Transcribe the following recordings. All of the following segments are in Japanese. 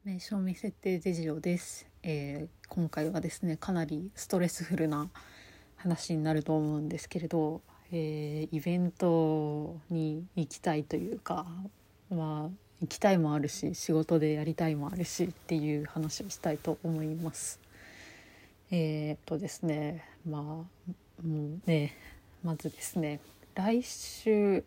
名称未設定デジオです。今回はですねかなりストレスフルな話になると思うんですけれど、イベントに行きたいというか、行きたいもあるし仕事でやりたいもあるしっていう話をしたいと思います。ですねもうねまずですね、来週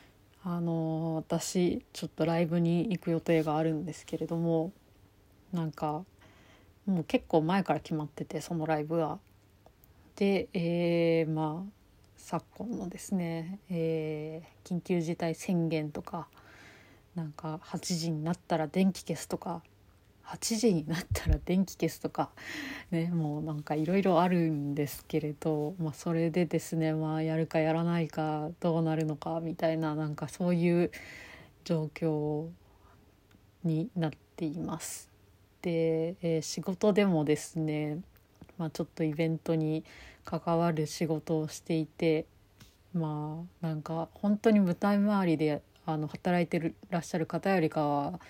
私ちょっとライブに行く予定があるんですけれども、なんかもう結構前から決まってて、そのライブは。で、昨今のですね、緊急事態宣言とか、なんか8時になったら電気消すとか、8時になったら電気消すとかね、もうなんかいろいろあるんですけれど、それでですね、やるかやらないかどうなるのかみたいな、なんかそういう状況になっています。で、仕事でもですね、ちょっとイベントに関わる仕事をしていて、なんか本当に舞台周りで働いてらっしゃる方よりかは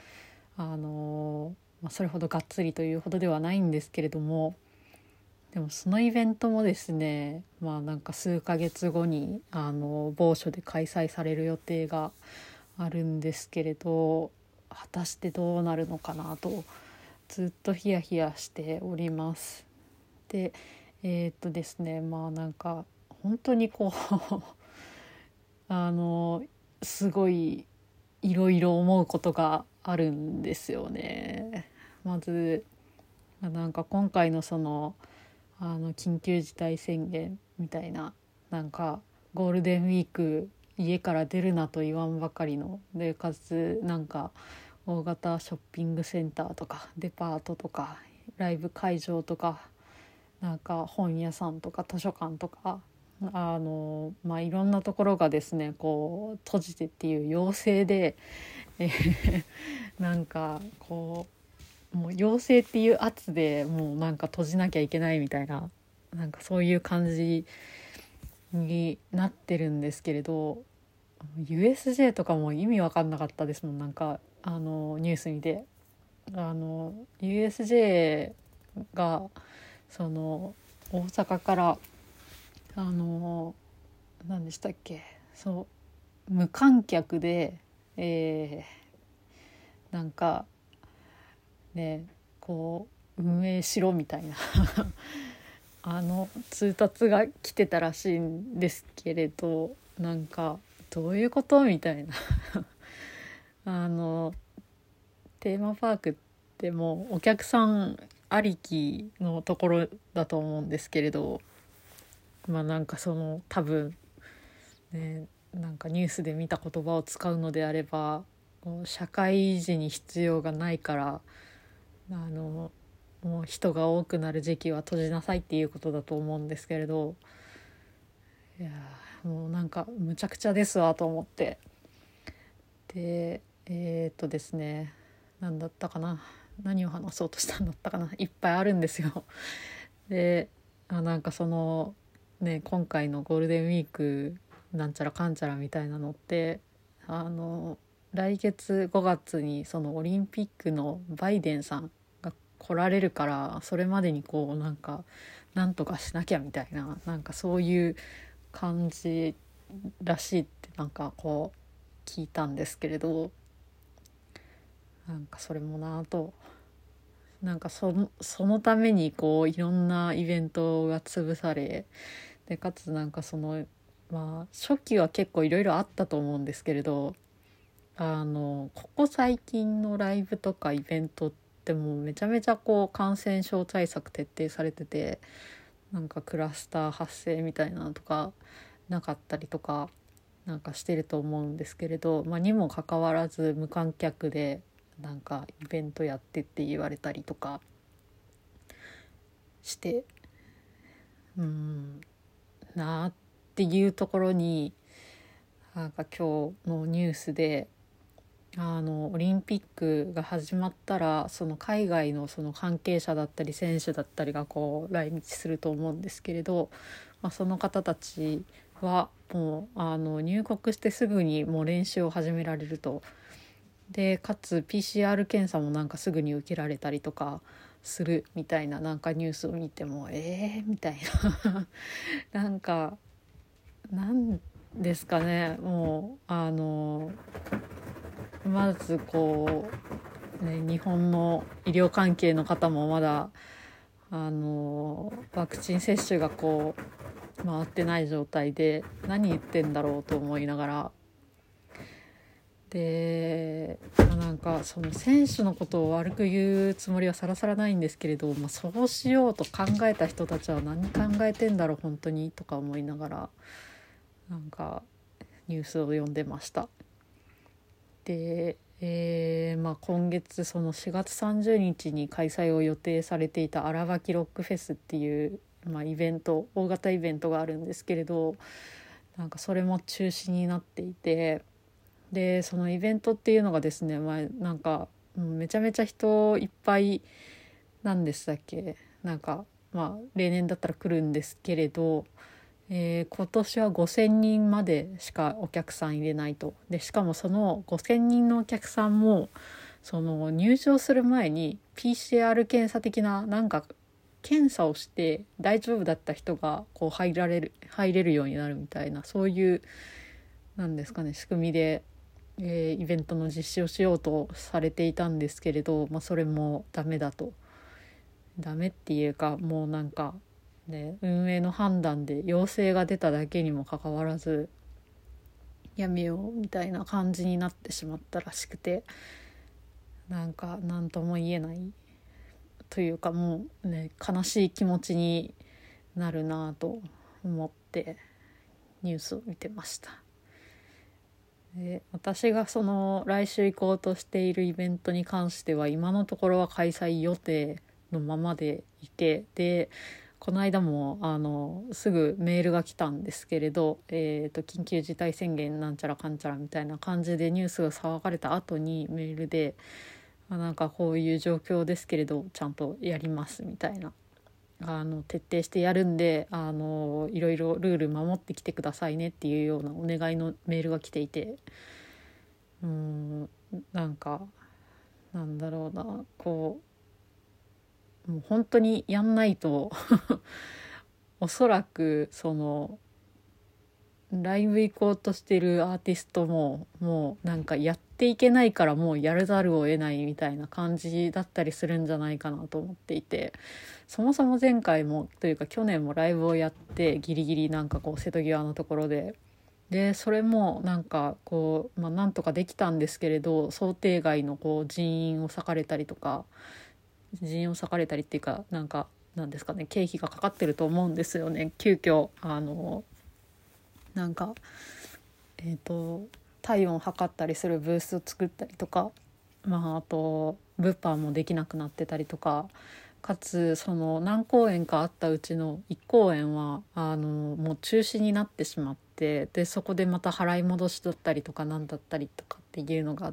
それほどがっつりというほどではないんですけれども、でもそのイベントもですね、なんか数ヶ月後に某所で開催される予定があるんですけれど、果たしてどうなるのかなとずっとヒヤヒヤしております。でですね、なんか本当にこうすごいいろいろ思うことがあるんですよね。まずなんか今回の緊急事態宣言みたいな、なんかゴールデンウィーク家から出るなと言わんばかりので、かつなんか大型ショッピングセンターとかデパートとかライブ会場とか、なんか本屋さんとか図書館とかいろんなところがですねこう閉じてっていう要請で、なんかこうもう要請っていう圧でもうなんか閉じなきゃいけないみたいな、なんかそういう感じになってるんですけれど、 USJ とかも意味わかんなかったですもん。なんかニュース見てUSJ がその大阪から何でしたっけ、そう無観客で、なんかねこう運営しろみたいな通達が来てたらしいんですけれど、なんかどういうことみたいなあのテーマパークってもうお客さんありきのところだと思うんですけれど、なんか多分ね、なんかニュースで見た言葉を使うのであれば、こう社会維持に必要がないからもう人が多くなる時期は閉じなさいっていうことだと思うんですけれど、いやもうなんかむちゃくちゃですわと思って。でですね、何だったかな、何を話そうとしたんだったかな、いっぱいあるんですよ。でなんか今回のゴールデンウィークなんちゃらかんちゃらみたいなのって、来月5月にそのオリンピックのバイデンさんが来られるから、それまでにこうなんとかしなきゃみたいな、なんかそういう感じらしいってなんかこう聞いたんですけれど、なんかそれもなぁと、なんかそのためにこういろんなイベントが潰され、でかつなんか初期は結構いろいろあったと思うんですけれど、ここ最近のライブとかイベントってもうめちゃめちゃこう感染症対策徹底されてて、なんかクラスター発生みたいなのとかなかったりとかなんかしてると思うんですけれど、にもかかわらず無観客でなんかイベントやってって言われたりとかして、なあっていうところに、なんか今日のニュースでオリンピックが始まったらその海外のその関係者だったり選手だったりがこう来日すると思うんですけれど、その方たちはもう入国してすぐにもう練習を始められると。 でかつ PCR 検査もなんかすぐに受けられたりとかするみたいな、なんかニュースを見てもみたいななんかなんですかね、もうまずこう、ね、日本の医療関係の方もまだワクチン接種がこう回ってない状態で何言ってんだろうと思いながら、で、なんかその選手のことを悪く言うつもりはさらさらないんですけれど、そうしようと考えた人たちは何考えてんだろう本当にとか思いながら、なんかニュースを読んでました。で、今月その4月30日に開催を予定されていた荒垣ロックフェスっていう、イベント、大型イベントがあるんですけれど、なんかそれも中止になっていて、でそのイベントっていうのがですね、なんかめちゃめちゃ人いっぱいなんでしたっけ、なんか例年だったら来るんですけれど、今年は5,000人までしかお客さん入れないと。でしかもその5,000人のお客さんもその入場する前に PCR 検査的ななんか検査をして大丈夫だった人がこう入れるようになるみたいな、そういうなんですかね、仕組みで、イベントの実施をしようとされていたんですけれど、それもダメだと。ダメっていうか、もうなんかね、運営の判断で陽性が出ただけにもかかわらずやめようみたいな感じになってしまったらしくて、なんか何とも言えないというか、もうね、悲しい気持ちになるなと思ってニュースを見てました。で、私がその来週行こうとしているイベントに関しては今のところは開催予定のままでいて、でこの間もすぐメールが来たんですけれど、緊急事態宣言なんちゃらかんちゃらみたいな感じでニュースが騒がれた後にメールで、なんかこういう状況ですけれどちゃんとやりますみたいな、徹底してやるんでいろいろルール守ってきてくださいねっていうようなお願いのメールが来ていて、なんかなんだろうな、こうもう本当にやんないとおそらくそのライブ行こうとしてるアーティストももうなんかやっていけないからもうやるざるを得ないみたいな感じだったりするんじゃないかなと思っていて、そもそも前回もというか去年もライブをやってギリギリなんかこう瀬戸際のところでそれもなんかこう、なんとかできたんですけれど、想定外のこう人員を割かれたりっていうか、なんですかね、経費がかかってると思うんですよね。急遽なんか体温を測ったりするブースを作ったりとか、あと物販もできなくなってたりとか、かつその何公演かあったうちの1公演はもう中止になってしまって、でそこでまた払い戻しだったりとかなんだったりとかっていうのがあって、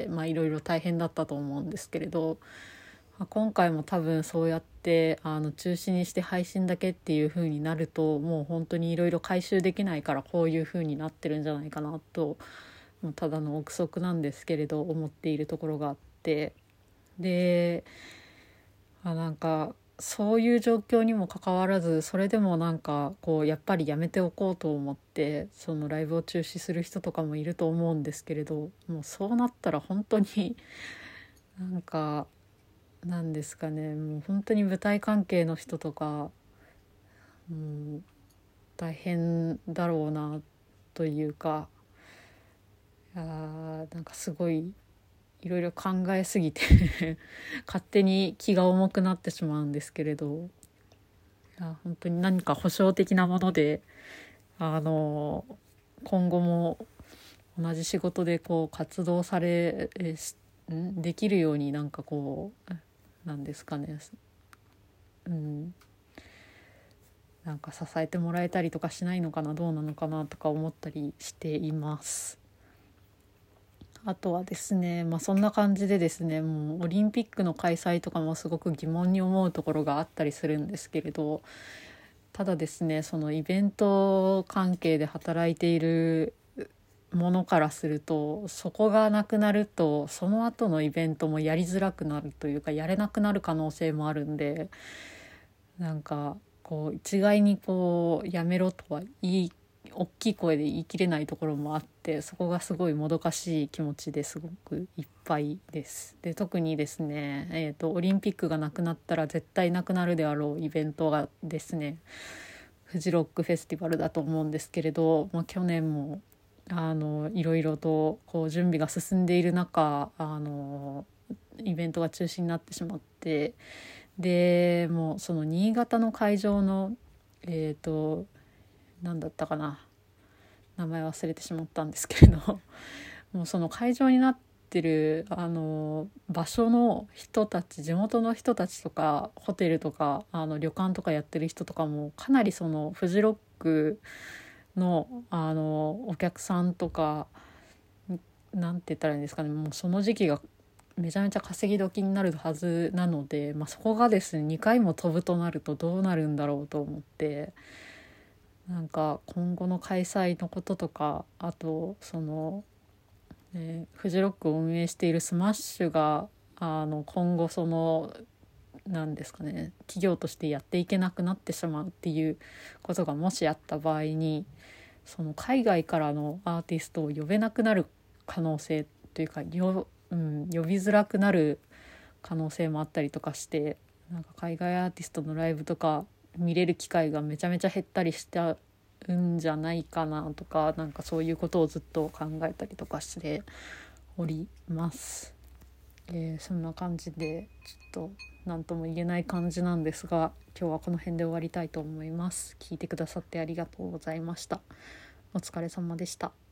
いろいろ大変だったと思うんですけれど、今回も多分そうやって中止にして配信だけっていう風になると、もう本当にいろいろ回収できないからこういう風になってるんじゃないかなと、もうただの憶測なんですけれど思っているところがあって、でなんかそういう状況にもかかわらず、それでもなんかこうやっぱりやめておこうと思ってそのライブを中止する人とかもいると思うんですけれど、もうそうなったら本当になんかなんですかね、もう本当に舞台関係の人とか、大変だろうなというか、なんかすごいいろいろ考えすぎて勝手に気が重くなってしまうんですけれど、本当に何か保証的なもので今後も同じ仕事でこう活動できるようになんかこうなんですかね、なんか支えてもらえたりとかしないのかな、どうなのかなとか思ったりしています。あとはですね、そんな感じでですね、もうオリンピックの開催とかもすごく疑問に思うところがあったりするんですけれど、ただですね、そのイベント関係で働いている、 ものからすると、そこがなくなるとその後のイベントもやりづらくなるというか、やれなくなる可能性もあるんで、なんかこう一概にこうやめろとは大きい声で言い切れないところもあって、そこがすごいもどかしい気持ちですごくいっぱいです。で特にですね、オリンピックがなくなったら絶対なくなるであろうイベントがですね、フジロックフェスティバルだと思うんですけれど、去年もいろいろとこう準備が進んでいる中、イベントが中止になってしまって、でもうその新潟の会場の何だったかな、名前忘れてしまったんですけれどもうその会場になってる場所の人たち、地元の人たちとかホテルとか旅館とかやってる人とかもかなりそのフジロックのお客さんとか、なんて言ったらいいんですかね、もうその時期がめちゃめちゃ稼ぎ時になるはずなので、そこがですね2回も飛ぶとなるとどうなるんだろうと思って、なんか今後の開催のこととか、あとその、フジロックを運営しているスマッシュが今後そのなんですかね、企業としてやっていけなくなってしまうっていうことがもしあった場合に、その海外からのアーティストを呼べなくなる可能性というか、呼びづらくなる可能性もあったりとかして、なんか海外アーティストのライブとか見れる機会がめちゃめちゃ減ったりしちゃうんじゃないかなとか、なんかそういうことをずっと考えたりとかしております。そんな感じでちょっと何とも言えない感じなんですが、今日はこの辺で終わりたいと思います。聞いてくださってありがとうございました。お疲れ様でした。